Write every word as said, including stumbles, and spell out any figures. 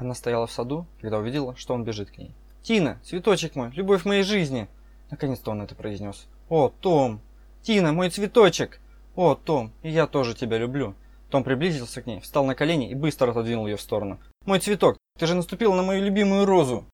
Она стояла в саду, когда увидела, что он бежит к ней. «Тина, цветочек мой, любовь моей жизни!» Наконец-то он это произнес. «О, Том! Тина, мой цветочек! О, Том, и я тоже тебя люблю!» Том приблизился к ней, встал на колени и быстро отодвинул ее в сторону. «Мой цветок, ты же наступил на мою любимую розу!»